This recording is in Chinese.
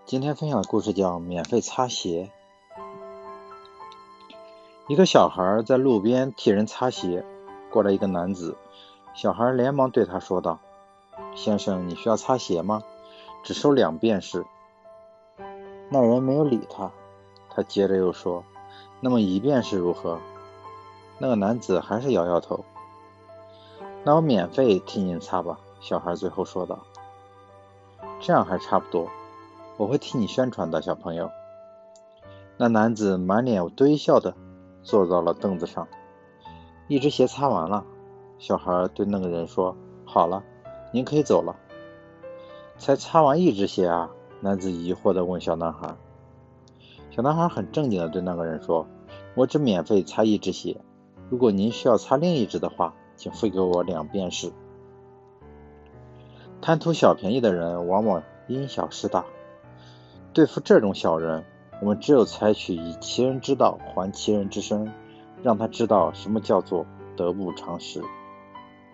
今天分享的故事叫免费擦鞋。一个小孩在路边替人擦鞋，过来一个男子，小孩连忙对他说道：先生，你需要擦鞋吗？只收2便士。那人没有理他，他接着又说：那么1便士如何？那个男子还是摇摇头。那我免费替您擦吧，小孩最后说道。这样还差不多，我会替你宣传的，小朋友。那男子满脸堆笑的坐到了凳子上。一只鞋擦完了，小孩对那个人说：好了，您可以走了。才擦完1只鞋啊？男子疑惑地问小男孩。小男孩很正经地对那个人说：我只免费擦1只鞋，如果您需要擦另1只的话，请付给我2便士。贪图小便宜的人往往因小失大，对付这种小人，我们只有采取以其人之道还其人之身，让他知道什么叫做得不偿失。